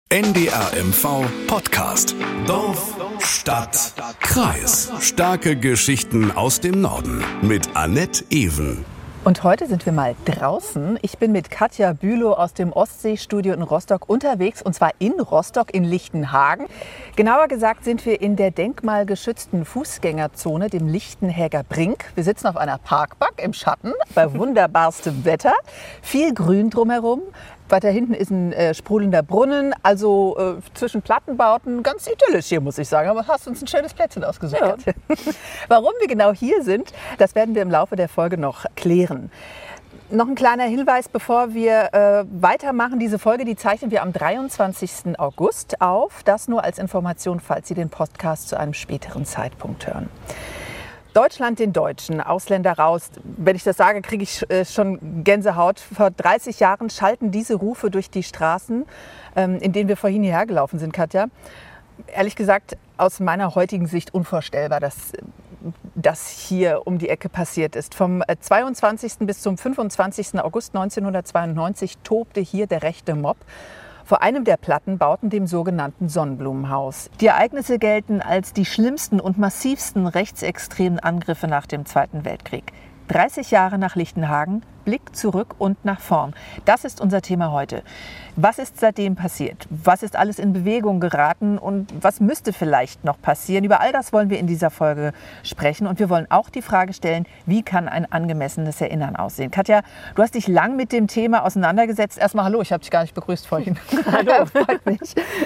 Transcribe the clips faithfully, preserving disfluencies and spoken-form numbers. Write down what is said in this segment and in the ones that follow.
N D R M V Podcast. Dorf, Stadt, Kreis. Starke Geschichten aus dem Norden mit Annette Ewen. Und heute sind wir mal draußen. Ich bin mit Katja Bülow aus dem Ostseestudio in Rostock unterwegs, und zwar in Rostock in Lichtenhagen. Genauer gesagt sind wir in der denkmalgeschützten Fußgängerzone, dem Lichtenhäger Brink. Wir sitzen auf einer Parkbank im Schatten bei wunderbarstem Wetter, viel Grün drumherum. Weiter hinten ist ein äh, sprudelnder Brunnen, also äh, zwischen Plattenbauten ganz idyllisch hier, muss ich sagen. Aber hast uns ein schönes Plätzchen ausgesucht. Ja. Warum wir genau hier sind, das werden wir im Laufe der Folge noch klären. Noch ein kleiner Hinweis, bevor wir äh, weitermachen. Diese Folge, die zeichnen wir am dreiundzwanzigsten August auf. Das nur als Information, falls Sie den Podcast zu einem späteren Zeitpunkt hören. Deutschland den Deutschen, Ausländer raus. Wenn ich das sage, kriege ich äh, schon Gänsehaut. Vor dreißig Jahren schalten diese Rufe durch die Straßen, ähm, in denen wir vorhin hierher gelaufen sind, Katja. Ehrlich gesagt, aus meiner heutigen Sicht unvorstellbar, dass das hier um die Ecke passiert ist. Vom zweiundzwanzigsten bis zum fünfundzwanzigsten August neunzehnhundertzweiundneunzig tobte hier der rechte Mob vor einem der Plattenbauten, dem sogenannten Sonnenblumenhaus. Die Ereignisse gelten als die schlimmsten und massivsten rechtsextremen Angriffe nach dem Zweiten Weltkrieg. dreißig Jahre nach Lichtenhagen, Blick zurück und nach vorn. Das ist unser Thema heute. Was ist seitdem passiert? Was ist alles in Bewegung geraten und was müsste vielleicht noch passieren? Über all das wollen wir in dieser Folge sprechen, und wir wollen auch die Frage stellen, wie kann ein angemessenes Erinnern aussehen? Katja, du hast dich lang mit dem Thema auseinandergesetzt. Erstmal hallo, ich habe dich gar nicht begrüßt vorhin. Hallo, freut mich.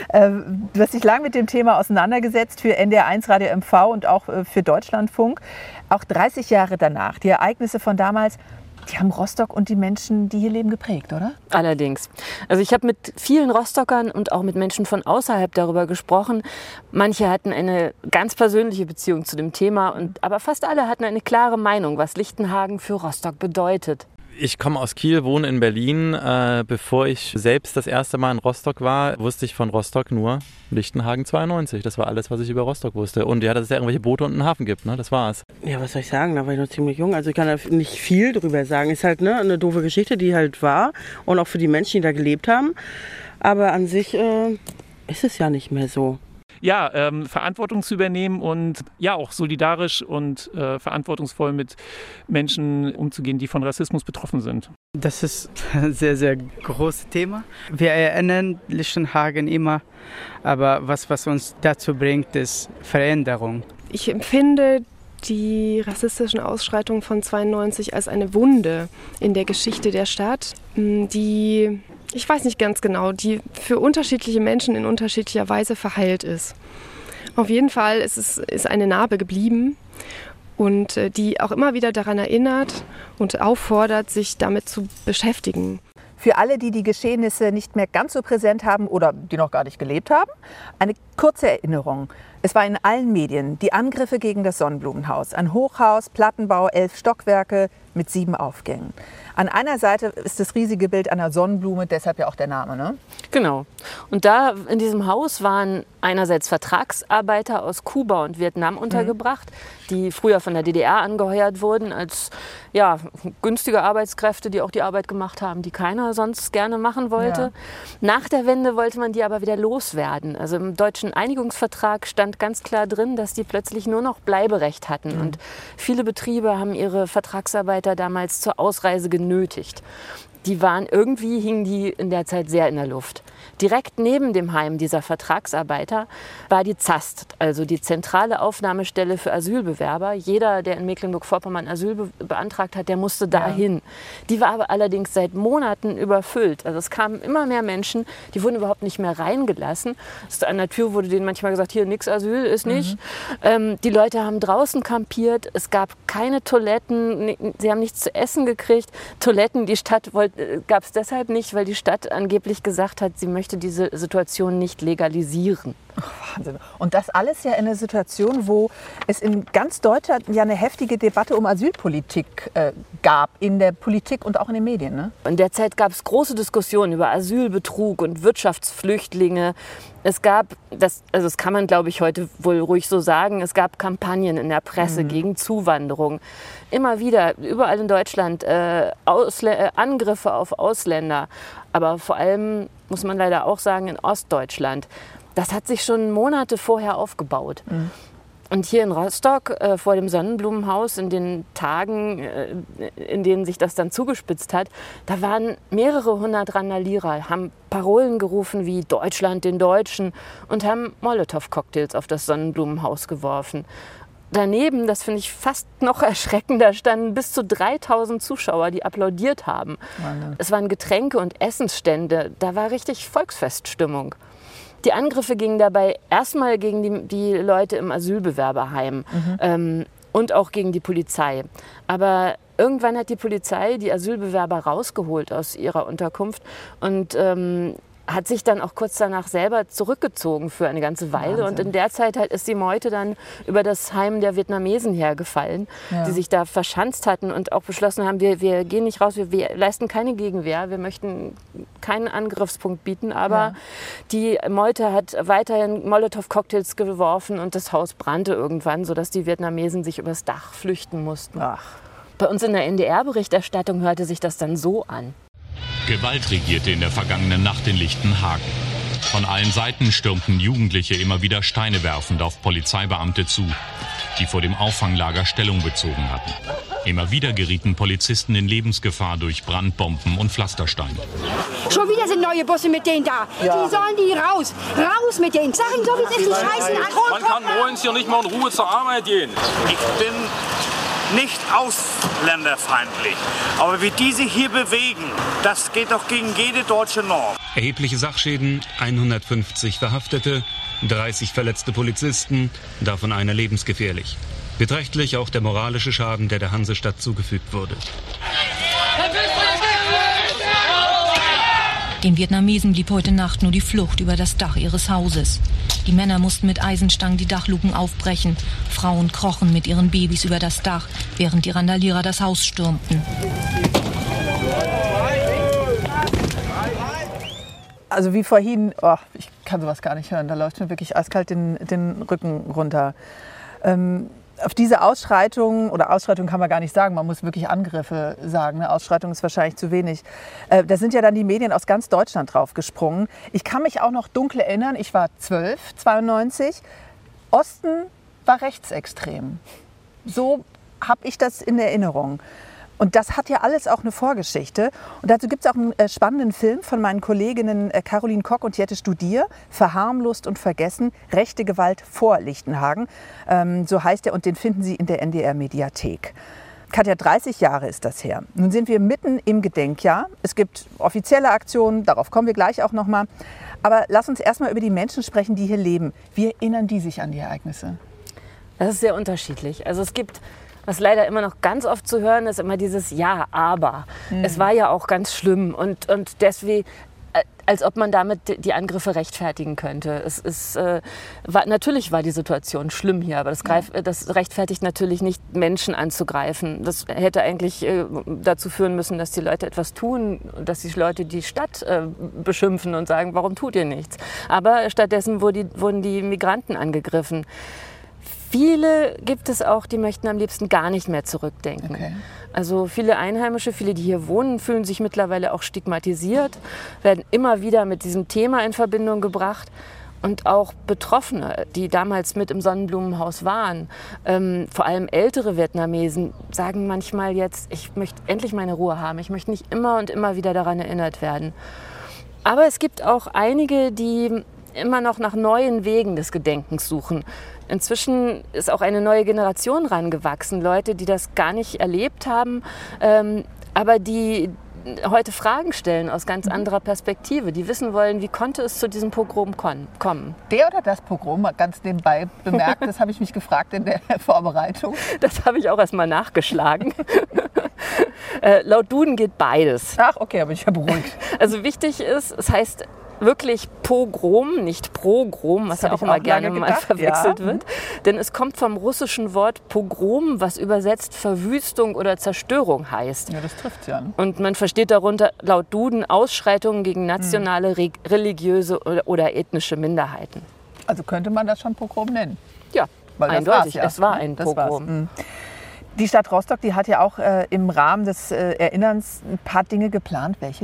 Du hast dich lang mit dem Thema auseinandergesetzt für N D R eins Radio M V und auch für Deutschlandfunk. Auch dreißig Jahre danach, die Ereignisse von damals, die haben Rostock und die Menschen, die hier leben, geprägt, oder? Allerdings. Also ich habe mit vielen Rostockern und auch mit Menschen von außerhalb darüber gesprochen. Manche hatten eine ganz persönliche Beziehung zu dem Thema, und, aber fast alle hatten eine klare Meinung, was Lichtenhagen für Rostock bedeutet. Ich komme aus Kiel, wohne in Berlin. Äh, bevor ich selbst das erste Mal in Rostock war, wusste ich von Rostock nur Lichtenhagen zweiundneunzig. Das war alles, was ich über Rostock wusste. Und ja, dass es ja irgendwelche Boote und einen Hafen gibt, ne? Das war's. Ja, was soll ich sagen? Da war ich noch ziemlich jung. Also ich kann da nicht viel drüber sagen. Ist halt ne, eine doofe Geschichte, die halt war. Und auch für die Menschen, die da gelebt haben. Aber an sich äh, ist es ja nicht mehr so. Ja, ähm, Verantwortung zu übernehmen und ja auch solidarisch und äh, verantwortungsvoll mit Menschen umzugehen, die von Rassismus betroffen sind. Das ist ein sehr, sehr großes Thema. Wir erinnern Lichtenhagen immer, aber was, was uns dazu bringt, ist Veränderung. Ich empfinde die rassistischen Ausschreitungen von zweiundneunzig als eine Wunde in der Geschichte der Stadt, die, ich weiß nicht ganz genau, die für unterschiedliche Menschen in unterschiedlicher Weise verheilt ist. Auf jeden Fall ist es ist eine Narbe geblieben, und die auch immer wieder daran erinnert und auffordert, sich damit zu beschäftigen. Für alle, die die Geschehnisse nicht mehr ganz so präsent haben oder die noch gar nicht gelebt haben, eine kurze Erinnerung. Es war in allen Medien die Angriffe gegen das Sonnenblumenhaus. Ein Hochhaus, Plattenbau, elf Stockwerke mit sieben Aufgängen. An einer Seite ist das riesige Bild einer Sonnenblume, deshalb ja auch der Name, ne? Genau. Und da in diesem Haus waren einerseits Vertragsarbeiter aus Kuba und Vietnam untergebracht, mhm. die früher von der D D R angeheuert wurden als ja, günstige Arbeitskräfte, die auch die Arbeit gemacht haben, die keiner sonst gerne machen wollte. Ja. Nach der Wende wollte man die aber wieder loswerden. Also im deutschen Einigungsvertrag stand ganz klar drin, dass die plötzlich nur noch Bleiberecht hatten. Mhm. Und viele Betriebe haben ihre Vertragsarbeiter damals zur Ausreise genötigt. Die waren irgendwie, hingen die in der Zeit sehr in der Luft. Direkt neben dem Heim dieser Vertragsarbeiter war die Z A S T, also die zentrale Aufnahmestelle für Asylbewerber. Jeder, der in Mecklenburg-Vorpommern Asyl be- beantragt hat, der musste dahin. Ja. Die war aber allerdings seit Monaten überfüllt. Also es kamen immer mehr Menschen, die wurden überhaupt nicht mehr reingelassen. An der Tür wurde denen manchmal gesagt, hier nix Asyl, ist nicht. Mhm. Ähm, die Leute haben draußen kampiert, es gab keine Toiletten, sie haben nichts zu essen gekriegt. Toiletten, die Stadt wollte gab es deshalb nicht, weil die Stadt angeblich gesagt hat, sie möchte diese Situation nicht legalisieren. Wahnsinn. Und das alles ja in einer Situation, wo es in ganz Deutschland ja eine heftige Debatte um Asylpolitik äh, gab, in der Politik und auch in den Medien, ne? In der Zeit gab es große Diskussionen über Asylbetrug und Wirtschaftsflüchtlinge. Es gab, das, also das kann man glaube ich heute wohl ruhig so sagen, es gab Kampagnen in der Presse mhm. gegen Zuwanderung. Immer wieder, überall in Deutschland, äh, Ausl- äh, Angriffe auf Ausländer. Aber vor allem muss man leider auch sagen, in Ostdeutschland. Das hat sich schon Monate vorher aufgebaut. Mhm. Und hier in Rostock, äh, vor dem Sonnenblumenhaus, in den Tagen, äh, in denen sich das dann zugespitzt hat, da waren mehrere hundert Randalierer, haben Parolen gerufen wie Deutschland den Deutschen und haben Molotow-Cocktails auf das Sonnenblumenhaus geworfen. Daneben, das finde ich fast noch erschreckender, standen bis zu dreitausend Zuschauer, die applaudiert haben. Mann. Es waren Getränke und Essensstände, da war richtig Volksfeststimmung. Die Angriffe gingen dabei erstmal gegen die, die Leute im Asylbewerberheim mhm. ähm, und auch gegen die Polizei. Aber irgendwann hat die Polizei die Asylbewerber rausgeholt aus ihrer Unterkunft und ähm, hat sich dann auch kurz danach selber zurückgezogen für eine ganze Weile. Wahnsinn. Und in der Zeit halt ist die Meute dann über das Heim der Vietnamesen hergefallen, ja. die sich da verschanzt hatten und auch beschlossen haben, wir, wir gehen nicht raus, wir, wir leisten keine Gegenwehr, wir möchten keinen Angriffspunkt bieten. Aber ja. die Meute hat weiterhin Molotow-Cocktails geworfen und das Haus brannte irgendwann, sodass die Vietnamesen sich übers Dach flüchten mussten. Ach. Bei uns in der N D R-Berichterstattung hörte sich das dann so an. Gewalt regierte in der vergangenen Nacht in Lichtenhagen. Von allen Seiten stürmten Jugendliche immer wieder Steine werfend auf Polizeibeamte zu, die vor dem Auffanglager Stellung bezogen hatten. Immer wieder gerieten Polizisten in Lebensgefahr durch Brandbomben und Pflastersteine. Schon wieder sind neue Busse mit denen da. Ja. Die sollen die raus. Raus mit denen. Sag ihnen so, wie es ist, die scheißen an. Man kann morgens hier nicht mal in Ruhe zur Arbeit gehen. Ich bin nicht ausländerfeindlich. Aber wie die sich hier bewegen, das geht doch gegen jede deutsche Norm. Erhebliche Sachschäden, hundertfünfzig Verhaftete, dreißig verletzte Polizisten, davon einer lebensgefährlich. Beträchtlich auch der moralische Schaden, der der Hansestadt zugefügt wurde. Den Vietnamesen blieb heute Nacht nur die Flucht über das Dach ihres Hauses. Die Männer mussten mit Eisenstangen die Dachluken aufbrechen. Frauen krochen mit ihren Babys über das Dach, während die Randalierer das Haus stürmten. Also wie vorhin, oh, ich kann sowas gar nicht hören, da läuft mir wirklich eiskalt den, den Rücken runter. Ähm, Auf diese Ausschreitung, oder Ausschreitung kann man gar nicht sagen, man muss wirklich Angriffe sagen, ne? Ausschreitung ist wahrscheinlich zu wenig. Äh, da sind ja dann die Medien aus ganz Deutschland drauf gesprungen. Ich kann mich auch noch dunkel erinnern, ich war zwölf, zweiundneunzig, Osten war rechtsextrem. So habe ich das in Erinnerung. Und das hat ja alles auch eine Vorgeschichte. Und dazu gibt es auch einen äh, spannenden Film von meinen Kolleginnen äh, Caroline Kock und Jette Studier, Verharmlost und vergessen, rechte Gewalt vor Lichtenhagen. Ähm, so heißt er und den finden Sie in der N D R-Mediathek. Katja, dreißig Jahre ist das her. Nun sind wir mitten im Gedenkjahr. Es gibt offizielle Aktionen, darauf kommen wir gleich auch noch mal. Aber lass uns erst mal über die Menschen sprechen, die hier leben. Wie erinnern die sich an die Ereignisse? Das ist sehr unterschiedlich. Also es gibt... Was leider immer noch ganz oft zu hören ist, immer dieses Ja, aber. Mhm. Es war ja auch ganz schlimm und, und deswegen, als ob man damit die Angriffe rechtfertigen könnte. Es ist, äh, war, natürlich war die Situation schlimm hier, aber das, greif, das rechtfertigt natürlich nicht, Menschen anzugreifen. Das hätte eigentlich äh, dazu führen müssen, dass die Leute etwas tun, dass die Leute die Stadt äh, beschimpfen und sagen, warum tut ihr nichts? Aber stattdessen wurde die, wurden die Migranten angegriffen. Viele gibt es auch, die möchten am liebsten gar nicht mehr zurückdenken. Okay. Also viele Einheimische, viele, die hier wohnen, fühlen sich mittlerweile auch stigmatisiert, werden immer wieder mit diesem Thema in Verbindung gebracht. Und auch Betroffene, die damals mit im Sonnenblumenhaus waren, ähm, vor allem ältere Vietnamesen, sagen manchmal jetzt, ich möchte endlich meine Ruhe haben, ich möchte nicht immer und immer wieder daran erinnert werden. Aber es gibt auch einige, die immer noch nach neuen Wegen des Gedenkens suchen. Inzwischen ist auch eine neue Generation rangewachsen, Leute, die das gar nicht erlebt haben, ähm, aber die heute Fragen stellen aus ganz anderer Perspektive. Die wissen wollen, wie konnte es zu diesem Pogrom kommen. Der oder das Pogrom, ganz nebenbei bemerkt, das habe ich mich gefragt in der Vorbereitung. Das habe ich auch erst mal nachgeschlagen. äh, laut Duden geht beides. Ach, okay, aber ich bin beruhigt. Also wichtig ist, es heißt wirklich Pogrom, nicht Progrom, was ja auch immer gerne mal verwechselt ja. wird. Denn es kommt vom russischen Wort Pogrom, was übersetzt Verwüstung oder Zerstörung heißt. Ja, das trifft ja. Und man versteht darunter laut Duden Ausschreitungen gegen nationale, hm. religiöse oder, oder ethnische Minderheiten. Also könnte man das schon Pogrom nennen? Ja, weil eindeutig. Ja. Es war ein das Pogrom. Hm. Die Stadt Rostock, die hat ja auch äh, im Rahmen des äh, Erinnerns ein paar Dinge geplant. Welche denn?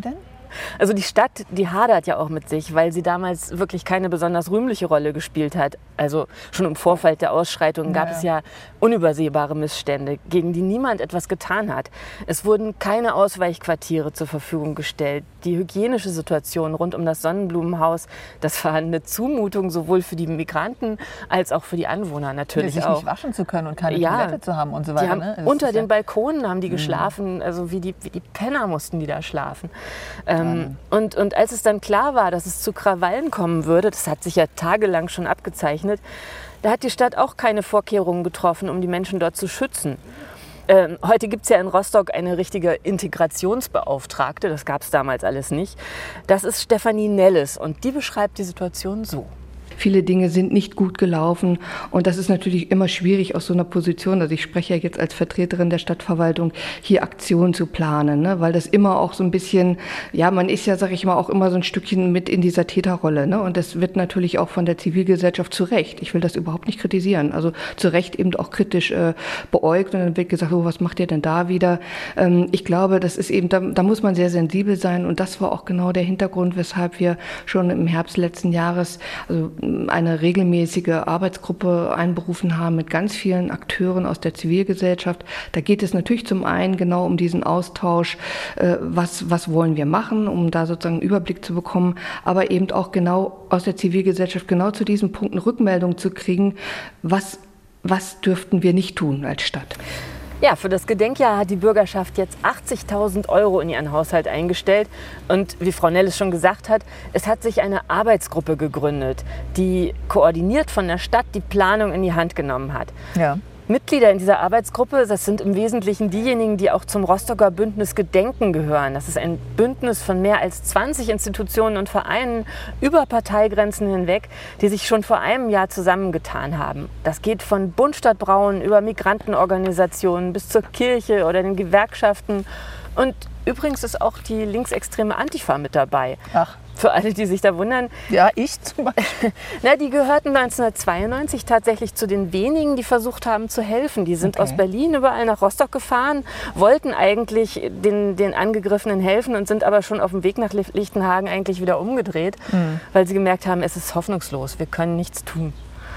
Also die Stadt, die hadert ja auch mit sich, weil sie damals wirklich keine besonders rühmliche Rolle gespielt hat. Also schon im Vorfeld der Ausschreitungen gab ja. es ja unübersehbare Missstände, gegen die niemand etwas getan hat. Es wurden keine Ausweichquartiere zur Verfügung gestellt. Die hygienische Situation rund um das Sonnenblumenhaus, das war eine Zumutung sowohl für die Migranten als auch für die Anwohner natürlich sich auch. Nicht waschen zu können und keine ja, Toilette zu haben und so weiter. Die haben ne? unter den ja Balkonen haben die geschlafen, also wie die, wie die Penner mussten die da schlafen. Ähm, und, und als es dann klar war, dass es zu Krawallen kommen würde, das hat sich ja tagelang schon abgezeichnet, da hat die Stadt auch keine Vorkehrungen getroffen, um die Menschen dort zu schützen. Ähm, heute gibt es ja in Rostock eine richtige Integrationsbeauftragte, das gab es damals alles nicht. Das ist Stefanie Nelles und die beschreibt die Situation so. Viele Dinge sind nicht gut gelaufen und das ist natürlich immer schwierig aus so einer Position, also ich spreche ja jetzt als Vertreterin der Stadtverwaltung, hier Aktionen zu planen, ne? Weil das immer auch so ein bisschen, ja, man ist ja, sag ich mal, auch immer so ein Stückchen mit in dieser Täterrolle, ne? Und das wird natürlich auch von der Zivilgesellschaft zu Recht, ich will das überhaupt nicht kritisieren, also zu Recht eben auch kritisch äh, beäugt und dann wird gesagt, oh, was macht ihr denn da wieder? Ähm, ich glaube, das ist eben, da, da muss man sehr sensibel sein und das war auch genau der Hintergrund, weshalb wir schon im Herbst letzten Jahres, also eine regelmäßige Arbeitsgruppe einberufen haben mit ganz vielen Akteuren aus der Zivilgesellschaft. Da geht es natürlich zum einen genau um diesen Austausch, äh, was, was wollen wir machen, um da sozusagen einen Überblick zu bekommen, aber eben auch genau aus der Zivilgesellschaft genau zu diesen Punkten Rückmeldung zu kriegen, was, was dürften wir nicht tun als Stadt. Ja, für das Gedenkjahr hat die Bürgerschaft jetzt achtzigtausend Euro in ihren Haushalt eingestellt. Und wie Frau Nelles schon gesagt hat, es hat sich eine Arbeitsgruppe gegründet, die koordiniert von der Stadt die Planung in die Hand genommen hat. Ja. Mitglieder in dieser Arbeitsgruppe, das sind im Wesentlichen diejenigen, die auch zum Rostocker Bündnis Gedenken gehören. Das ist ein Bündnis von mehr als zwanzig Institutionen und Vereinen über Parteigrenzen hinweg, die sich schon vor einem Jahr zusammengetan haben. Das geht von Bund Stadt Braun über Migrantenorganisationen bis zur Kirche oder den Gewerkschaften. Und übrigens ist auch die linksextreme Antifa mit dabei. Ach. Für alle, die sich da wundern. Ja, ich zum Beispiel. Na, die gehörten neunzehnhundertzweiundneunzig tatsächlich zu den wenigen, die versucht haben zu helfen. Die sind okay. aus Berlin überall nach Rostock gefahren, wollten eigentlich den, den Angegriffenen helfen und sind aber schon auf dem Weg nach Lichtenhagen eigentlich wieder umgedreht, mhm. weil sie gemerkt haben, es ist hoffnungslos, wir können nichts tun.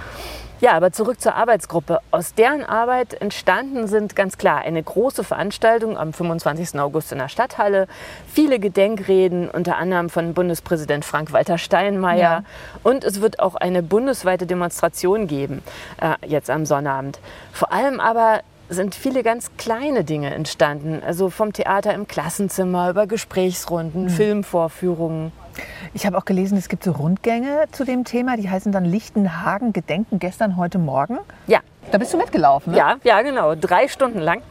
Ja, aber zurück zur Arbeitsgruppe. Aus deren Arbeit entstanden sind ganz klar eine große Veranstaltung am fünfundzwanzigsten August in der Stadthalle, viele Gedenkreden, unter anderem von Bundespräsident Frank-Walter Steinmeier. Ja. Und es wird auch eine bundesweite Demonstration geben, äh, jetzt am Sonnabend. Vor allem aber sind viele ganz kleine Dinge entstanden, also vom Theater im Klassenzimmer über Gesprächsrunden, mhm. Filmvorführungen. Ich habe auch gelesen, es gibt so Rundgänge zu dem Thema, die heißen dann Lichtenhagen Gedenken gestern, heute Morgen. Ja. Da bist du mitgelaufen, ne? Ja, ja, genau. Drei Stunden lang.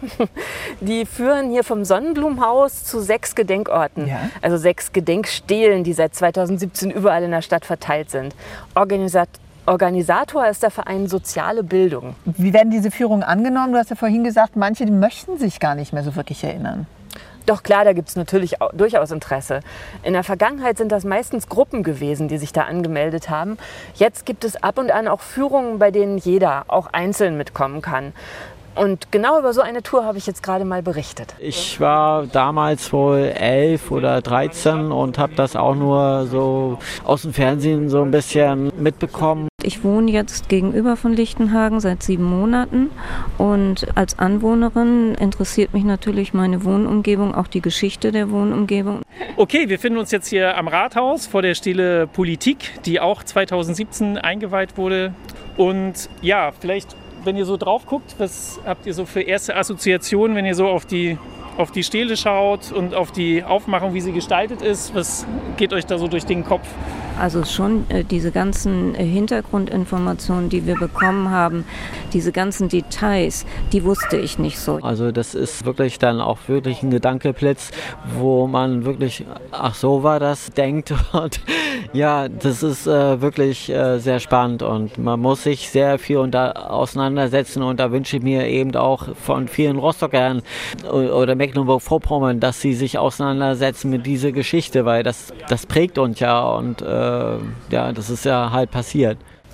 Die führen hier vom Sonnenblumenhaus zu sechs Gedenkorten. Ja. Also sechs Gedenkstelen, die seit zweitausendsiebzehn überall in der Stadt verteilt sind. Organisat Organisator ist der Verein Soziale Bildung. Wie werden diese Führungen angenommen? Du hast ja vorhin gesagt, manche die möchten sich gar nicht mehr so wirklich erinnern. Doch klar, da gibt es natürlich auch durchaus Interesse. In der Vergangenheit sind das meistens Gruppen gewesen, die sich da angemeldet haben. Jetzt gibt es ab und an auch Führungen, bei denen jeder auch einzeln mitkommen kann. Und genau über so eine Tour habe ich jetzt gerade mal berichtet. Ich war damals wohl elf oder dreizehn und habe das auch nur so aus dem Fernsehen so ein bisschen mitbekommen. Ich wohne jetzt gegenüber von Lichtenhagen seit sieben Monaten und als Anwohnerin interessiert mich natürlich meine Wohnumgebung, auch die Geschichte der Wohnumgebung. Okay, wir finden uns jetzt hier am Rathaus vor der Stele Politik, die auch zweitausendsiebzehn eingeweiht wurde. Und ja, vielleicht, wenn ihr so drauf guckt, was habt ihr so für erste Assoziationen, wenn ihr so auf die, auf die Stele schaut und auf die Aufmachung, wie sie gestaltet ist? Was geht euch da so durch den Kopf? Also schon äh, diese ganzen äh, Hintergrundinformationen, die wir bekommen haben, diese ganzen Details, die wusste ich nicht so. Also das ist wirklich dann auch wirklich ein Gedankenblitz, wo man wirklich, ach so war das, denkt. Und ja, das ist äh, wirklich äh, sehr spannend und man muss sich sehr viel unter, auseinandersetzen und da wünsche ich mir eben auch von vielen Rostockern oder Mecklenburg-Vorpommern, dass sie sich auseinandersetzen mit dieser Geschichte, weil das, das prägt uns ja und äh, ja, das ist ja halt passiert.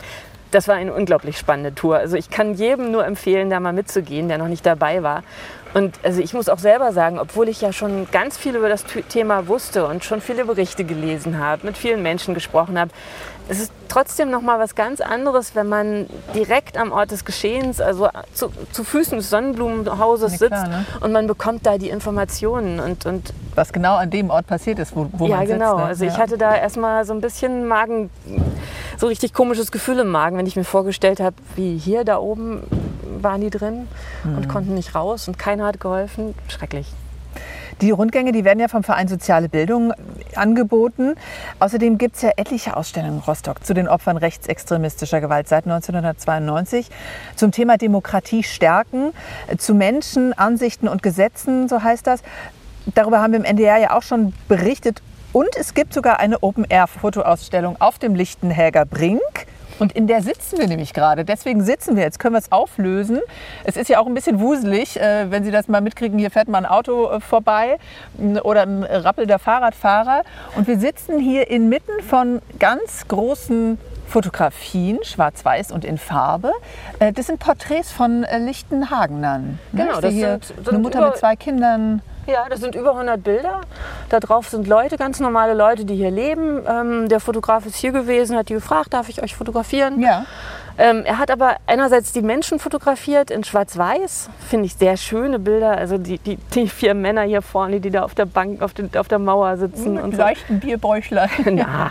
das war eine unglaublich spannende Tour. Also ich kann jedem nur empfehlen, da mal mitzugehen, der noch nicht dabei war. Und also ich muss auch selber sagen, obwohl ich ja schon ganz viel über das Thema wusste und schon viele Berichte gelesen habe, mit vielen Menschen gesprochen habe, es ist trotzdem noch mal was ganz anderes, wenn man direkt am Ort des Geschehens, also zu, zu Füßen des Sonnenblumenhauses ja, klar, sitzt, ne? und man bekommt da die Informationen. Und, und was genau an dem Ort passiert ist, wo, wo ja, man sitzt. Ja, genau. Ne? Also ja. ich hatte da erstmal so ein bisschen Magen, so richtig komisches Gefühl im Magen, wenn ich mir vorgestellt habe, wie hier da oben waren die drin mhm. und konnten nicht raus und keiner hat geholfen. Schrecklich. Die Rundgänge, die werden ja vom Verein Soziale Bildung angeboten. Außerdem gibt es ja etliche Ausstellungen in Rostock zu den Opfern rechtsextremistischer Gewalt seit neunzehnhundertzweiundneunzig, zum Thema Demokratie stärken, zu Menschen, Ansichten und Gesetzen, so heißt das. Darüber haben wir im N D R ja auch schon berichtet. Und es gibt sogar eine Open-Air-Fotoausstellung auf dem Lichtenhäger Brink. Und in der sitzen wir nämlich gerade. Deswegen sitzen wir. Jetzt können wir es auflösen. Es ist ja auch ein bisschen wuselig, äh, wenn Sie das mal mitkriegen. Hier fährt mal ein Auto äh, vorbei oder ein rappelnder Fahrradfahrer. Und wir sitzen hier inmitten von ganz großen Fotografien, schwarz-weiß und in Farbe. Äh, das sind Porträts von äh, Lichtenhagenern. Genau, ne? das hier sind, sind eine Mutter über, mit zwei Kindern. Ja, das sind über hundert Bilder. Da drauf sind Leute, ganz normale Leute, die hier leben. Ähm, der Fotograf ist hier gewesen, hat die gefragt, darf ich euch fotografieren? Ja. Ähm, er hat aber einerseits die Menschen fotografiert in Schwarz-Weiß, finde ich sehr schöne Bilder. Also die, die, die vier Männer hier vorne, die da auf der Bank, auf, den, auf der Mauer sitzen. Mit und so. leichten Bierbäuchlein. Na.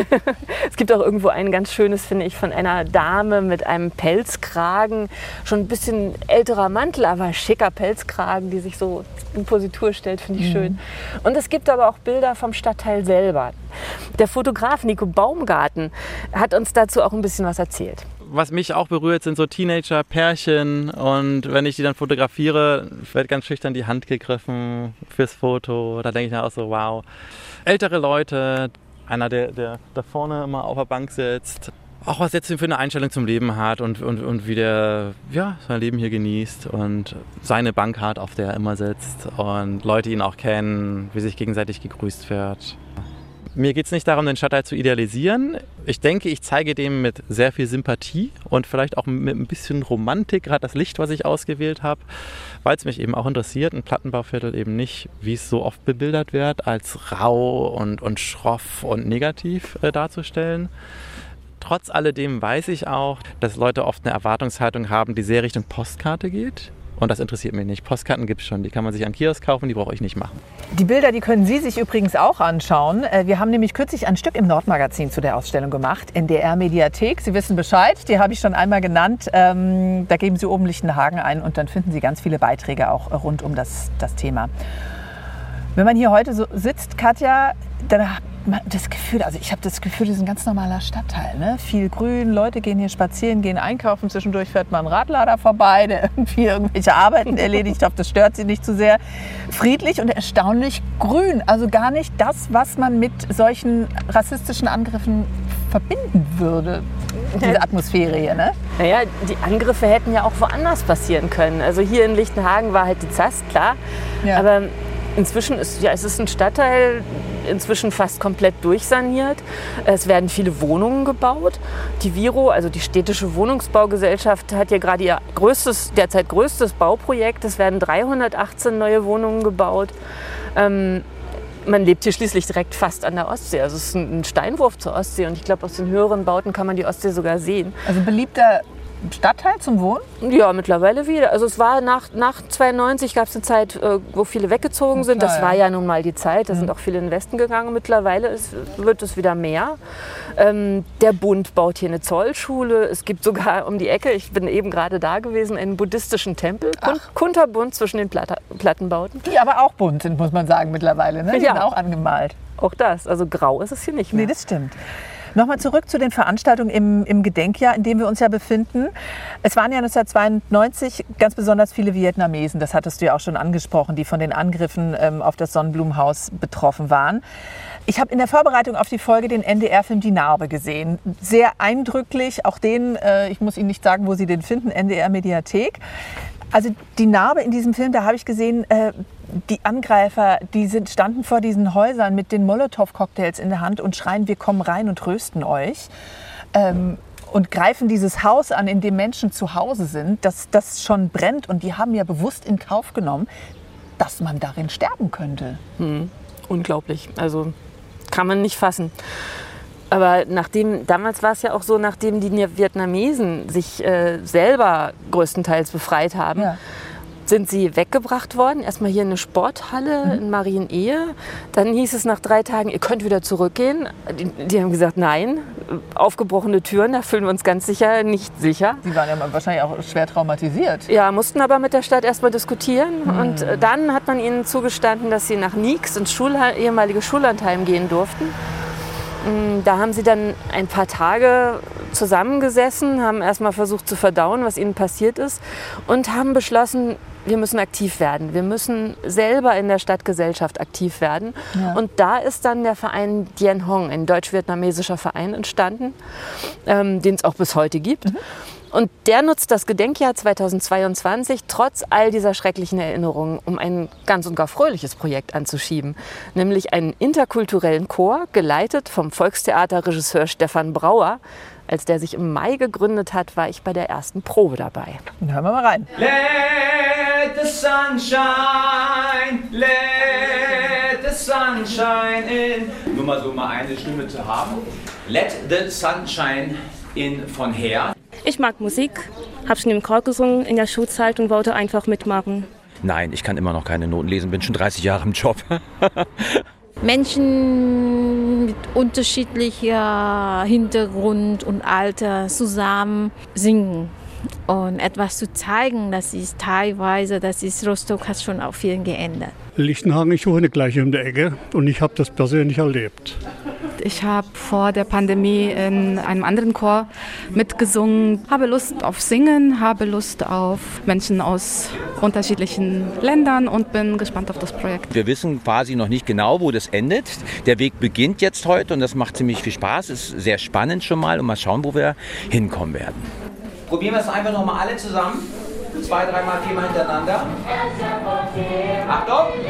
Es gibt auch irgendwo ein ganz schönes, finde ich, von einer Dame mit einem Pelzkragen. Schon ein bisschen älterer Mantel, aber schicker Pelzkragen, die sich so in Positur stellt, finde ich mhm. schön. Und es gibt aber auch Bilder vom Stadtteil selber. Der Fotograf Nico Baumgarten hat uns dazu auch ein bisschen was erzählt. Was mich auch berührt, sind so Teenager-Pärchen, und wenn ich die dann fotografiere, wird ganz schüchtern die Hand gegriffen fürs Foto. Da denke ich dann auch so, wow. Ältere Leute, einer, der, der da vorne immer auf der Bank sitzt, auch was jetzt für eine Einstellung zum Leben hat und, und, und wie der ja, sein Leben hier genießt und seine Bank hat, auf der er immer sitzt, und Leute ihn auch kennen, wie sich gegenseitig gegrüßt wird. Mir geht es nicht darum, den Stadtteil zu idealisieren. Ich denke, ich zeige dem mit sehr viel Sympathie und vielleicht auch mit ein bisschen Romantik, gerade das Licht, was ich ausgewählt habe, weil es mich eben auch interessiert, ein Plattenbauviertel eben nicht, wie es so oft bebildert wird, als rau und, und schroff und negativ äh, darzustellen. Trotz alledem weiß ich auch, dass Leute oft eine Erwartungshaltung haben, die sehr Richtung Postkarte geht. Und das interessiert mich nicht. Postkarten gibt es schon, die kann man sich am Kiosk kaufen, die brauche ich nicht machen. Die Bilder, die können Sie sich übrigens auch anschauen. Wir haben nämlich kürzlich ein Stück im Nordmagazin zu der Ausstellung gemacht, N D R Mediathek. Sie wissen Bescheid, die habe ich schon einmal genannt. Da geben Sie oben Lichtenhagen ein und dann finden Sie ganz viele Beiträge auch rund um das, das Thema. Wenn man hier heute so sitzt, Katja, dann hat man das Gefühl, also ich habe das Gefühl, das ist ein ganz normaler Stadtteil. Ne? Viel Grün, Leute gehen hier spazieren, gehen einkaufen, zwischendurch fährt mal ein Radlader vorbei, der irgendwie irgendwelche Arbeiten erledigt. Ich hoffe, das stört Sie nicht zu sehr. Friedlich und erstaunlich grün. Also gar nicht das, was man mit solchen rassistischen Angriffen verbinden würde. Diese Atmosphäre hier, ne? Naja, die Angriffe hätten ja auch woanders passieren können. Also hier in Lichtenhagen war halt die Zast, klar. Ja. Aber inzwischen ist ja, es ist ein Stadtteil inzwischen fast komplett durchsaniert. Es werden viele Wohnungen gebaut. Die Viro, also die städtische Wohnungsbaugesellschaft, hat ja gerade ihr größtes, derzeit größtes Bauprojekt. Es werden dreihundertachtzehn neue Wohnungen gebaut. Ähm, man lebt hier schließlich direkt fast an der Ostsee. Also es ist ein Steinwurf zur Ostsee und ich glaube, aus den höheren Bauten kann man die Ostsee sogar sehen. Also beliebter Stadtteil zum Wohnen? Ja, mittlerweile wieder. Also es war nach, nach zweiundneunzig gab es eine Zeit, wo viele weggezogen sind. Klar, das war ja nun mal die Zeit. Da mhm. sind auch viele in den Westen gegangen. Mittlerweile ist, wird es wieder mehr. Ähm, der Bund baut hier eine Zollschule. Es gibt sogar um die Ecke, ich bin eben gerade da gewesen, einen buddhistischen Tempel. Ach. Kunterbunt zwischen den Platte, Plattenbauten. Die aber auch bunt sind, muss man sagen, mittlerweile. Ne? Die ja. sind auch angemalt. Auch das. Also grau ist es hier nicht mehr. Nee, das stimmt. Nochmal zurück zu den Veranstaltungen im, im Gedenkjahr, in dem wir uns ja befinden. Es waren ja neunzehnhundertzweiundneunzig ganz besonders viele Vietnamesen, das hattest du ja auch schon angesprochen, die von den Angriffen ähm, auf das Sonnenblumenhaus betroffen waren. Ich habe in der Vorbereitung auf die Folge den N D R-Film Die Narbe gesehen. Sehr eindrücklich, auch den, äh, ich muss Ihnen nicht sagen, wo Sie den finden, N D R-Mediathek. Also die Narbe in diesem Film, da habe ich gesehen, äh, die Angreifer, die sind, standen vor diesen Häusern mit den Molotow-Cocktails in der Hand und schreien, wir kommen rein und rösten euch. ähm, und greifen dieses Haus an, in dem Menschen zu Hause sind, das, das schon brennt. Und die haben ja bewusst in Kauf genommen, dass man darin sterben könnte. Hm. Unglaublich. Also kann man nicht fassen. Aber nachdem, damals war es ja auch so, nachdem die Vietnamesen sich äh, selber größtenteils befreit haben, ja. sind sie weggebracht worden. Erstmal hier in eine Sporthalle mhm. in Marienehe. Dann hieß es nach drei Tagen, ihr könnt wieder zurückgehen. Die, die haben gesagt, nein, aufgebrochene Türen, da fühlen wir uns ganz sicher nicht sicher. Die waren ja wahrscheinlich auch schwer traumatisiert. Ja, mussten aber mit der Stadt erstmal diskutieren. Mhm. Und dann hat man ihnen zugestanden, dass sie nach Nieks ins Schulhe- ehemalige Schullandheim gehen durften. Da haben sie dann ein paar Tage zusammengesessen, haben erstmal versucht zu verdauen, was ihnen passiert ist und haben beschlossen, wir müssen aktiv werden. Wir müssen selber in der Stadtgesellschaft aktiv werden. Ja. Und da ist dann der Verein Dien Hong, ein deutsch-vietnamesischer Verein, entstanden, ähm, den es auch bis heute gibt. Mhm. Und der nutzt das Gedenkjahr zweitausendzweiundzwanzig trotz all dieser schrecklichen Erinnerungen, um ein ganz und gar fröhliches Projekt anzuschieben. Nämlich einen interkulturellen Chor, geleitet vom Volkstheaterregisseur Stefan Brauer. Als der sich im Mai gegründet hat, war ich bei der ersten Probe dabei. Dann hören wir mal rein. Let the sunshine, let the sunshine in. Nur mal so mal eine Stimme zu haben. Let the sunshine in von her. Ich mag Musik, habe schon im Chor gesungen in der Schulzeit und wollte einfach mitmachen. Nein, ich kann immer noch keine Noten lesen, bin schon dreißig Jahre im Job. Menschen mit unterschiedlicher Hintergrund und Alter zusammen singen und etwas zu zeigen, das ist teilweise, das ist Rostock hat schon auch viel geändert. Lichtenhagen, ich wohne gleich um die Ecke und ich habe das persönlich erlebt. Ich habe vor der Pandemie in einem anderen Chor mitgesungen, habe Lust auf Singen, habe Lust auf Menschen aus unterschiedlichen Ländern und bin gespannt auf das Projekt. Wir wissen quasi noch nicht genau, wo das endet. Der Weg beginnt jetzt heute und das macht ziemlich viel Spaß. Ist sehr spannend schon mal und mal schauen, wo wir hinkommen werden. Probieren wir es einfach noch mal alle zusammen. Zwei, dreimal, viermal hintereinander. Achtung!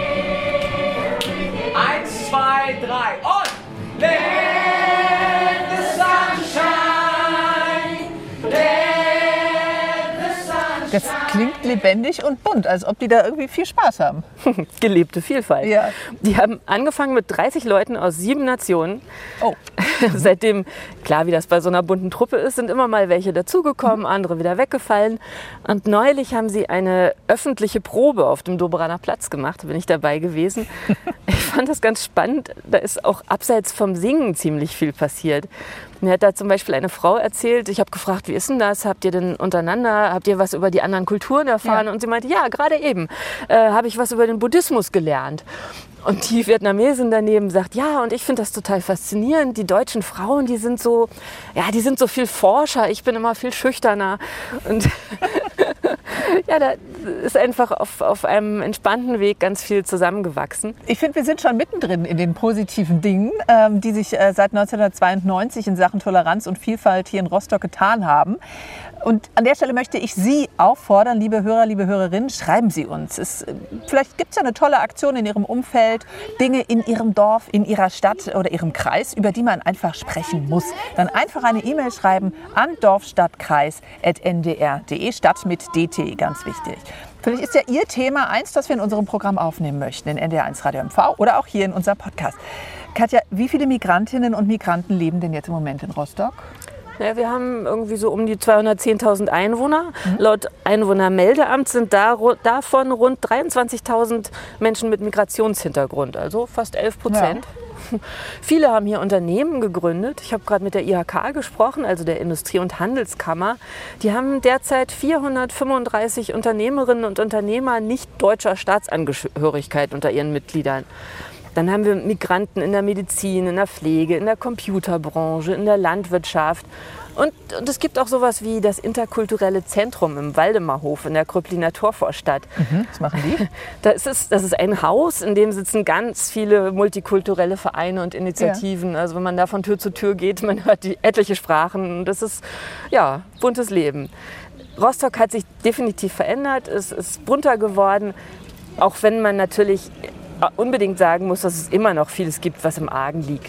Eins, zwei, drei und let the sunshine, let the sunshine. Das klingt lebendig und bunt, als ob die da irgendwie viel Spaß haben. Gelebte Vielfalt. Ja. Die haben angefangen mit dreißig Leuten aus sieben Nationen. Oh. Seitdem, klar, wie das bei so einer bunten Truppe ist, sind immer mal welche dazugekommen, mhm. andere wieder weggefallen. Und neulich haben sie eine öffentliche Probe auf dem Doberanner Platz gemacht. Da bin ich dabei gewesen. Ich fand das ganz spannend. Da ist auch abseits vom Singen ziemlich viel passiert. Mir hat da zum Beispiel eine Frau erzählt, ich habe gefragt, wie ist denn das? Habt ihr denn untereinander, habt ihr was über die anderen Kulturen erfahren? Ja. Und sie meinte, ja, gerade eben äh, habe ich was über den Buddhismus gelernt. Und die Vietnamesin daneben sagt, ja, und ich finde das total faszinierend. Die deutschen Frauen, die sind so, ja, die sind so viel forscher. Ich bin immer viel schüchterner. Und ja, da ist einfach auf, auf einem entspannten Weg ganz viel zusammengewachsen. Ich finde, wir sind schon mittendrin in den positiven Dingen, ähm, die sich äh, seit neunzehnhundertzweiundneunzig in Sachen Toleranz und Vielfalt hier in Rostock getan haben. Und an der Stelle möchte ich Sie auffordern, liebe Hörer, liebe Hörerinnen, schreiben Sie uns. Es, vielleicht gibt es ja eine tolle Aktion in Ihrem Umfeld, Dinge in Ihrem Dorf, in Ihrer Stadt oder Ihrem Kreis, über die man einfach sprechen muss. Dann einfach eine E-Mail schreiben an dorfstadtkreis at n d r punkt d e, Stadt mit D T, ganz wichtig. Vielleicht ist ja Ihr Thema eins, das wir in unserem Programm aufnehmen möchten, in N D R eins Radio M V oder auch hier in unserem Podcast. Katja, wie viele Migrantinnen und Migranten leben denn jetzt im Moment in Rostock? Ja, wir haben irgendwie so um die zweihundertzehntausend Einwohner. Mhm. Laut Einwohnermeldeamt sind da, davon rund dreiundzwanzigtausend Menschen mit Migrationshintergrund, also fast elf Prozent. Ja. Viele haben hier Unternehmen gegründet. Ich habe gerade mit der I H K gesprochen, also der Industrie- und Handelskammer. Die haben derzeit vierhundertfünfunddreißig Unternehmerinnen und Unternehmer nicht deutscher Staatsangehörigkeit unter ihren Mitgliedern. Dann haben wir Migranten in der Medizin, in der Pflege, in der Computerbranche, in der Landwirtschaft. Und, und es gibt auch sowas wie das interkulturelle Zentrum im Waldemarhof in der Kröpliner Torvorstadt. Mhm, was machen die? Das ist, das ist ein Haus, in dem sitzen ganz viele multikulturelle Vereine und Initiativen. Ja. Also wenn man da von Tür zu Tür geht, man hört die etliche Sprachen. Das ist, ja, buntes Leben. Rostock hat sich definitiv verändert, es ist bunter geworden, auch wenn man natürlich unbedingt sagen muss, dass es immer noch vieles gibt, was im Argen liegt.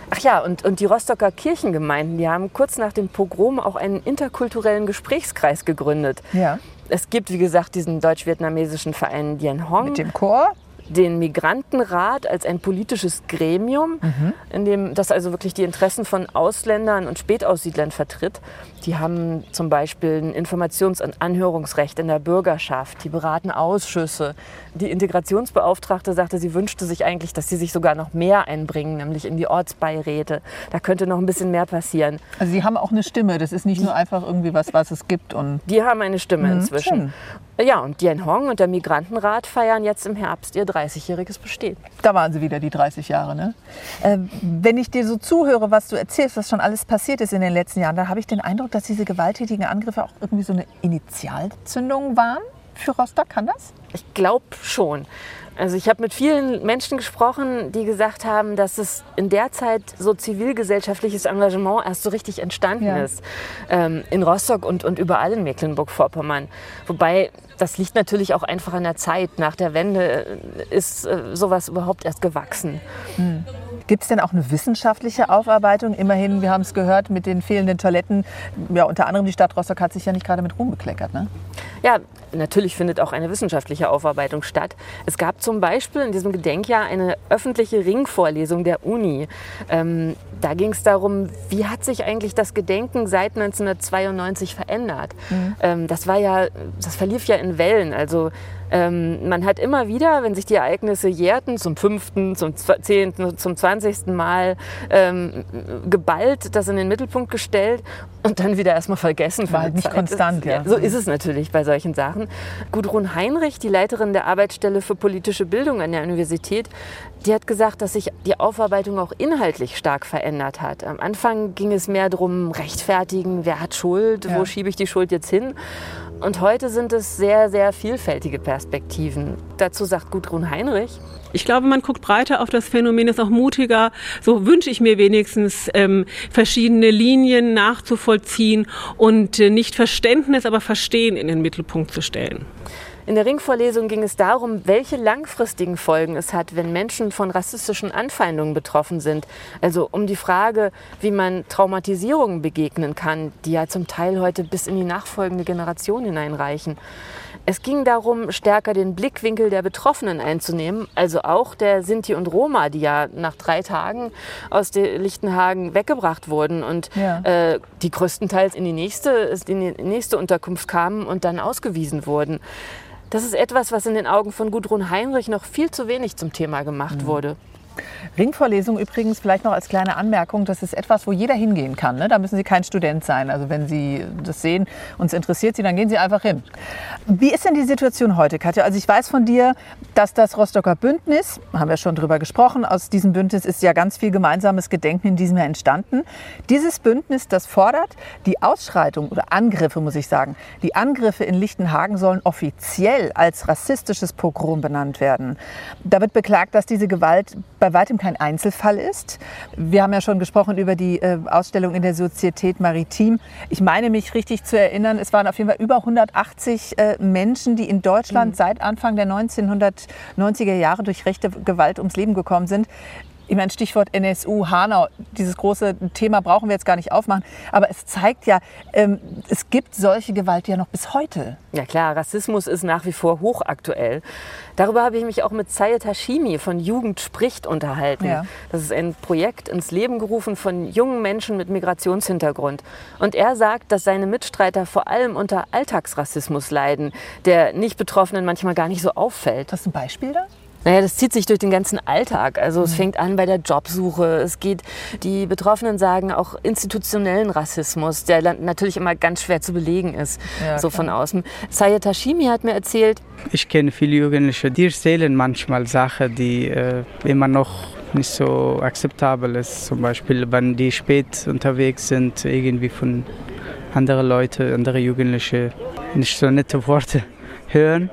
Ach ja, und, und die Rostocker Kirchengemeinden, die haben kurz nach dem Pogrom auch einen interkulturellen Gesprächskreis gegründet. Ja. Es gibt, wie gesagt, diesen deutsch-vietnamesischen Verein Dien Hong. Mit dem Chor. Den Migrantenrat als ein politisches Gremium, mhm. in dem das also wirklich die Interessen von Ausländern und Spätaussiedlern vertritt. Die haben zum Beispiel ein Informations- und Anhörungsrecht in der Bürgerschaft. Die beraten Ausschüsse. Die Integrationsbeauftragte sagte, sie wünschte sich eigentlich, dass sie sich sogar noch mehr einbringen, nämlich in die Ortsbeiräte. Da könnte noch ein bisschen mehr passieren. Also sie haben auch eine Stimme. Das ist nicht nur einfach irgendwie was, was es gibt. Und die haben eine Stimme mhm, inzwischen. Schön. Ja, und Dien Hong und der Migrantenrat feiern jetzt im Herbst ihr dreißigjähriges Bestehen. Da waren sie wieder, die dreißig Jahre. Ne? Äh, wenn ich dir so zuhöre, was du erzählst, was schon alles passiert ist in den letzten Jahren, dann habe ich den Eindruck, dass diese gewalttätigen Angriffe auch irgendwie so eine Initialzündung waren für Rostock. Kann das? Ich glaube schon. Also ich habe mit vielen Menschen gesprochen, die gesagt haben, dass es in der Zeit so zivilgesellschaftliches Engagement erst so richtig entstanden ja. ist. Ähm, in Rostock und, und überall in Mecklenburg-Vorpommern. Wobei, das liegt natürlich auch einfach an der Zeit. Nach der Wende ist äh, sowas überhaupt erst gewachsen. Hm. Gibt es denn auch eine wissenschaftliche Aufarbeitung? Immerhin, wir haben es gehört, mit den fehlenden Toiletten. Ja, unter anderem die Stadt Rostock hat sich ja nicht gerade mit Ruhm bekleckert, ne? Ja, natürlich findet auch eine wissenschaftliche Aufarbeitung statt. Es gab zum Beispiel in diesem Gedenkjahr eine öffentliche Ringvorlesung der Uni. Ähm, da ging es darum, wie hat sich eigentlich das Gedenken seit neunzehnhundertzweiundneunzig verändert? Mhm. Ähm, das war ja, das verlief ja in Wellen. Also Ähm, man hat immer wieder, wenn sich die Ereignisse jährten, zum fünften, zum zehnten, zum zwanzigsten Mal ähm, geballt, das in den Mittelpunkt gestellt und dann wieder erstmal vergessen. War halt nicht konstant, ja. So ist es natürlich bei solchen Sachen. Gudrun Heinrich, die Leiterin der Arbeitsstelle für politische Bildung an der Universität, die hat gesagt, dass sich die Aufarbeitung auch inhaltlich stark verändert hat. Am Anfang ging es mehr darum, rechtfertigen, wer hat Schuld, ja. wo schiebe ich die Schuld jetzt hin? Und heute sind es sehr, sehr vielfältige Perspektiven. Dazu sagt Gudrun Heinrich: Ich glaube, man guckt breiter auf das Phänomen, ist auch mutiger. So wünsche ich mir wenigstens, ähm, verschiedene Linien nachzuvollziehen und äh, nicht Verständnis, aber Verstehen in den Mittelpunkt zu stellen. In der Ringvorlesung ging es darum, welche langfristigen Folgen es hat, wenn Menschen von rassistischen Anfeindungen betroffen sind. Also um die Frage, wie man Traumatisierungen begegnen kann, die ja zum Teil heute bis in die nachfolgende Generation hineinreichen. Es ging darum, stärker den Blickwinkel der Betroffenen einzunehmen, also auch der Sinti und Roma, die ja nach drei Tagen aus der Lichtenhagen weggebracht wurden und ja. äh, die größtenteils in die nächste, in die nächste Unterkunft kamen und dann ausgewiesen wurden. Das ist etwas, was in den Augen von Gudrun Heinrich noch viel zu wenig zum Thema gemacht mhm. wurde. Ringvorlesung übrigens vielleicht noch als kleine Anmerkung, das ist etwas, wo jeder hingehen kann. Ne? Da müssen Sie kein Student sein. Also wenn Sie das sehen und es interessiert Sie, dann gehen Sie einfach hin. Wie ist denn die Situation heute, Katja? Also ich weiß von dir, dass das Rostocker Bündnis, haben wir schon drüber gesprochen, aus diesem Bündnis ist ja ganz viel gemeinsames Gedenken in diesem Jahr entstanden. Dieses Bündnis, das fordert, die Ausschreitung oder Angriffe, muss ich sagen, die Angriffe in Lichtenhagen sollen offiziell als rassistisches Pogrom benannt werden. Da wird beklagt, dass diese Gewalt bei weitem kein Einzelfall ist. Wir haben ja schon gesprochen über die äh, Ausstellung in der Sozietät Maritim. Ich meine mich richtig zu erinnern, es waren auf jeden Fall über hundertachtzig äh, Menschen, die in Deutschland mhm. seit Anfang der neunzehnhundertneunziger Jahre durch rechte Gewalt ums Leben gekommen sind. Ich meine, Stichwort N S U, Hanau, dieses große Thema brauchen wir jetzt gar nicht aufmachen. Aber es zeigt ja, ähm, es gibt solche Gewalt ja noch bis heute. Ja klar, Rassismus ist nach wie vor hochaktuell. Darüber habe ich mich auch mit Sayed Hashimi von Jugend spricht unterhalten. Ja. Das ist ein Projekt ins Leben gerufen von jungen Menschen mit Migrationshintergrund. Und er sagt, dass seine Mitstreiter vor allem unter Alltagsrassismus leiden, der Nicht-Betroffenen manchmal gar nicht so auffällt. Hast du ein Beispiel da? Naja, das zieht sich durch den ganzen Alltag. Also es fängt an bei der Jobsuche. Es geht, die Betroffenen sagen auch institutionellen Rassismus, der natürlich immer ganz schwer zu belegen ist, ja, so klar. Von außen. Sayed Hashimi hat mir erzählt: Ich kenne viele Jugendliche, die erzählen manchmal Sachen, die äh, immer noch nicht so akzeptabel ist. Zum Beispiel, wenn die spät unterwegs sind, irgendwie von anderen Leuten, andere Jugendliche nicht so nette Worte hören.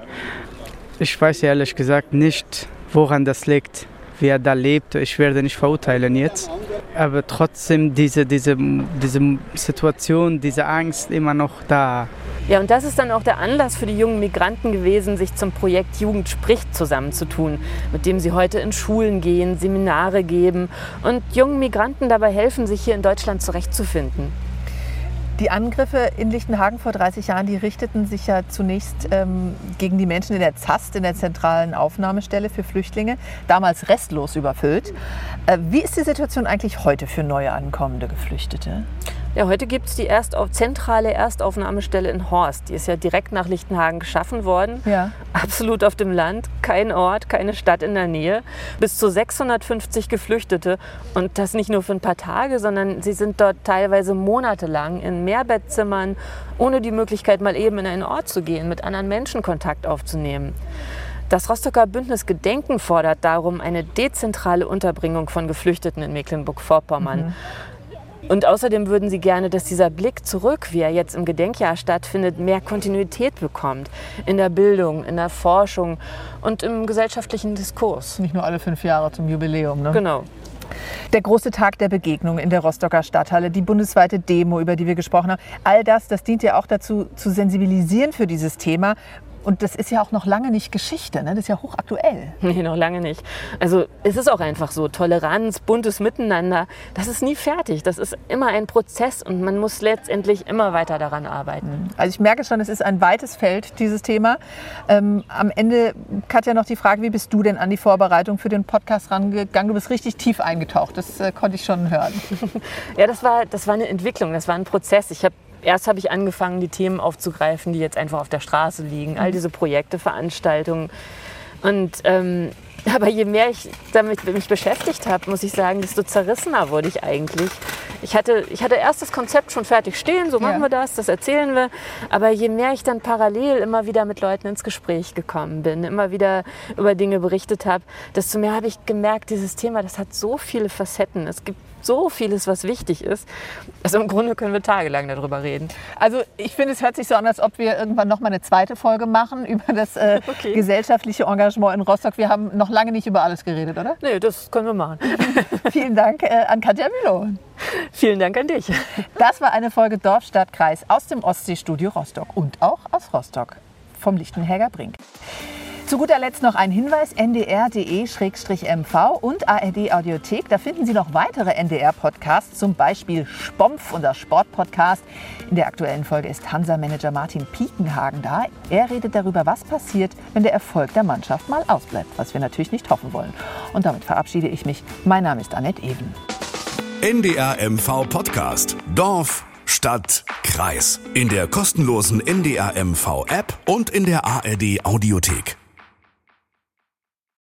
Ich weiß ehrlich gesagt nicht, woran das liegt, wer da lebt. Ich werde nicht verurteilen jetzt. aber trotzdem diese, diese, diese Situation, diese Angst immer noch da. Ja, und das ist dann auch der Anlass für die jungen Migranten gewesen, sich zum Projekt Jugend spricht zusammenzutun, mit dem sie heute in Schulen gehen, Seminare geben und jungen Migranten dabei helfen, sich hier in Deutschland zurechtzufinden. Die Angriffe in Lichtenhagen vor dreißig Jahren, die richteten sich ja zunächst ähm, gegen die Menschen in der Zast, in der zentralen Aufnahmestelle für Flüchtlinge, damals restlos überfüllt. Äh, wie ist die Situation eigentlich heute für neu ankommende Geflüchtete? Ja, heute gibt es die Erstauf- zentrale Erstaufnahmestelle in Horst. Die ist ja direkt nach Lichtenhagen geschaffen worden. Ja. Absolut auf dem Land, kein Ort, keine Stadt in der Nähe. Bis zu sechshundertfünfzig Geflüchtete. Und das nicht nur für ein paar Tage, sondern sie sind dort teilweise monatelang in Mehrbettzimmern, ohne die Möglichkeit, mal eben in einen Ort zu gehen, mit anderen Menschen Kontakt aufzunehmen. Das Rostocker Bündnis Gedenken fordert darum eine dezentrale Unterbringung von Geflüchteten in Mecklenburg-Vorpommern. Mhm. Und außerdem würden sie gerne, dass dieser Blick zurück, wie er jetzt im Gedenkjahr stattfindet, mehr Kontinuität bekommt. In der Bildung, in der Forschung und im gesellschaftlichen Diskurs. Nicht nur alle fünf Jahre zum Jubiläum, ne? Genau. Der große Tag der Begegnung in der Rostocker Stadthalle, die bundesweite Demo, über die wir gesprochen haben, all das, das dient ja auch dazu, zu sensibilisieren für dieses Thema. Und das ist ja auch noch lange nicht Geschichte, ne? Das ist ja hochaktuell. Nee, noch lange nicht. Also es ist auch einfach so, Toleranz, buntes Miteinander, das ist nie fertig. Das ist immer ein Prozess und man muss letztendlich immer weiter daran arbeiten. Also ich merke schon, es ist ein weites Feld, dieses Thema. Ähm, am Ende, Katja, noch die Frage, wie bist du denn an die Vorbereitung für den Podcast rangegangen? Du bist richtig tief eingetaucht, das äh, konnte ich schon hören. Ja, das war, das war eine Entwicklung, das war ein Prozess. Ich habe Erst habe ich angefangen, die Themen aufzugreifen, die jetzt einfach auf der Straße liegen. All diese Projekte, Veranstaltungen. Und, ähm, aber je mehr ich damit mich beschäftigt habe, muss ich sagen, desto zerrissener wurde ich eigentlich. Ich hatte, ich hatte erst das Konzept schon fertig stehen, so machen Ja. wir das, das erzählen wir. Aber je mehr ich dann parallel immer wieder mit Leuten ins Gespräch gekommen bin, immer wieder über Dinge berichtet habe, desto mehr habe ich gemerkt, dieses Thema, das hat so viele Facetten. Es gibt so vieles, was wichtig ist. Also im Grunde können wir tagelang darüber reden. Also ich finde, es hört sich so an, als ob wir irgendwann noch mal eine zweite Folge machen über das äh, Okay. gesellschaftliche Engagement in Rostock. Wir haben noch lange nicht über alles geredet, oder? Nee, das können wir machen. Vielen Dank äh, an Katja Bülow. Vielen Dank an dich. Das war eine Folge Dorf, Stadt, Kreis aus dem Ostseestudio Rostock und auch aus Rostock vom Lichtenhäger Brink. Zu guter Letzt noch ein Hinweis, n d r punkt d e Schrägstrich m v und A R D Audiothek. Da finden Sie noch weitere N D R-Podcasts, zum Beispiel Spompf, unser Sportpodcast. In der aktuellen Folge ist Hansa-Manager Martin Piekenhagen da. Er redet darüber, was passiert, wenn der Erfolg der Mannschaft mal ausbleibt, was wir natürlich nicht hoffen wollen. Und damit verabschiede ich mich. Mein Name ist Annette Even. N D R M V Podcast. Dorf, Stadt, Kreis. In der kostenlosen N D R M V App und in der A R D Audiothek.